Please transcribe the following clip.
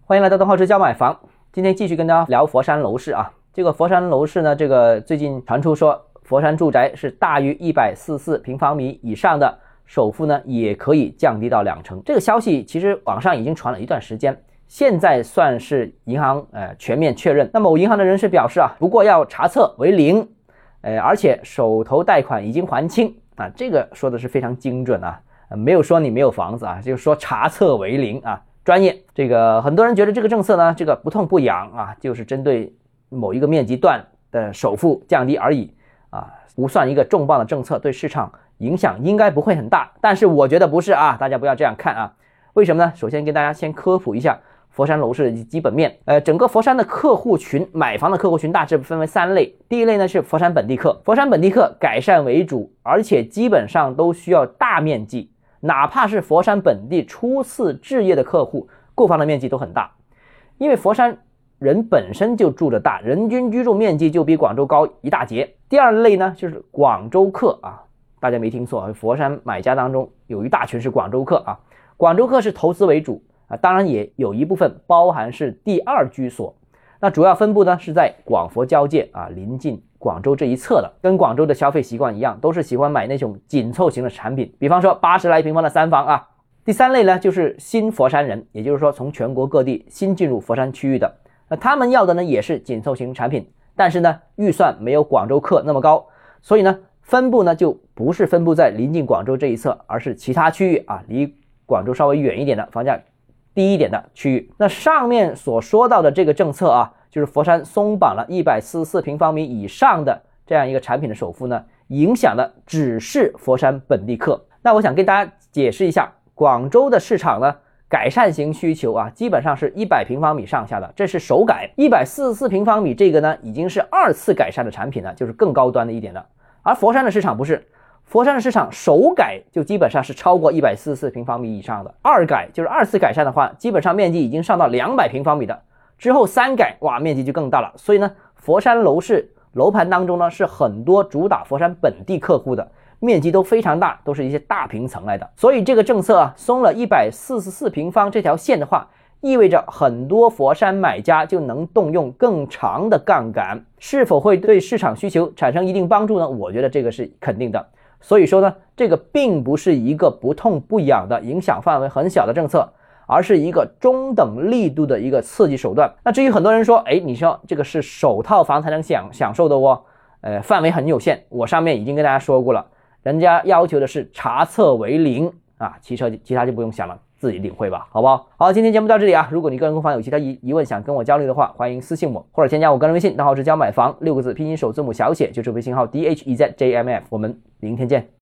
欢迎来到邓浩之教买房。今天继续跟大家聊佛山楼市啊。这个佛山楼市呢，这个最近传出说佛山住宅是大于144平方米以上的首付呢也可以降低到2成。这个消息其实网上已经传了一段时间，现在算是银行全面确认。那某银行的人士表示啊，不过要查册为零，而且手头贷款已经还清啊，这个说的是非常精准啊，没有说你没有房子啊，就是说查册为零啊。专业，这个很多人觉得这个政策呢，这个不痛不痒啊，就是针对某一个面积段的首付降低而已啊，不算一个重磅的政策，对市场影响应该不会很大。但是我觉得不是啊，大家不要这样看啊。为什么呢？首先跟大家先科普一下佛山楼市的基本面。整个佛山的客户群，买房的客户群大致分为3类。第一类呢是佛山本地客，佛山本地客改善为主，而且基本上都需要大面积。哪怕是佛山本地初次置业的客户，购房的面积都很大，因为佛山人本身就住着大，人均居住面积就比广州高一大截。第二类呢，就是广州客啊，大家没听错，佛山买家当中有一大群是广州客啊。广州客是投资为主啊，当然也有一部分包含是第二居所。那主要分布呢是在广佛交界啊，临近广州这一侧的，跟广州的消费习惯一样，都是喜欢买那种紧凑型的产品，比方说80来平方的3房啊。第3类呢就是新佛山人，也就是说从全国各地新进入佛山区域的，那他们要的呢也是紧凑型产品，但是呢预算没有广州客那么高，所以呢分布呢就不是分布在临近广州这一侧，而是其他区域啊，离广州稍微远一点的，房价低一点的区域。那上面所说到的这个政策啊，就是佛山松绑了144平方米以上的这样一个产品的首付呢，影响的只是佛山本地客。那我想跟大家解释一下，广州的市场呢，改善型需求啊，基本上是100平方米上下的，这是首改。144平方米这个呢，已经是2次改善的产品了，就是更高端的一点的。而佛山的市场不是，佛山的市场首改就基本上是超过144平方米以上的，二改就是2次改善的话，基本上面积已经上到200平方米的，之后3改哇，面积就更大了。所以呢，佛山楼市楼盘当中呢，是很多主打佛山本地客户的，面积都非常大，都是一些大平层来的。所以这个政策啊，松了144平方这条线的话，意味着很多佛山买家就能动用更长的杠杆，是否会对市场需求产生一定帮助呢？我觉得这个是肯定的。所以说呢，这个并不是一个不痛不痒的影响范围很小的政策，而是一个中等力度的一个刺激手段。那至于很多人说，你说这个是首套房才能享受的哦，范围很有限。我上面已经跟大家说过了，人家要求的是查册为零啊，其他就不用想了，自己领会吧，好不好？好，今天节目到这里啊。如果你个人购房有其他疑问想跟我交流的话，欢迎私信我或者添加我个人微信，账号是教买房6个字拼音首字母小写，就是微信号DHEZJMF。我们明天见。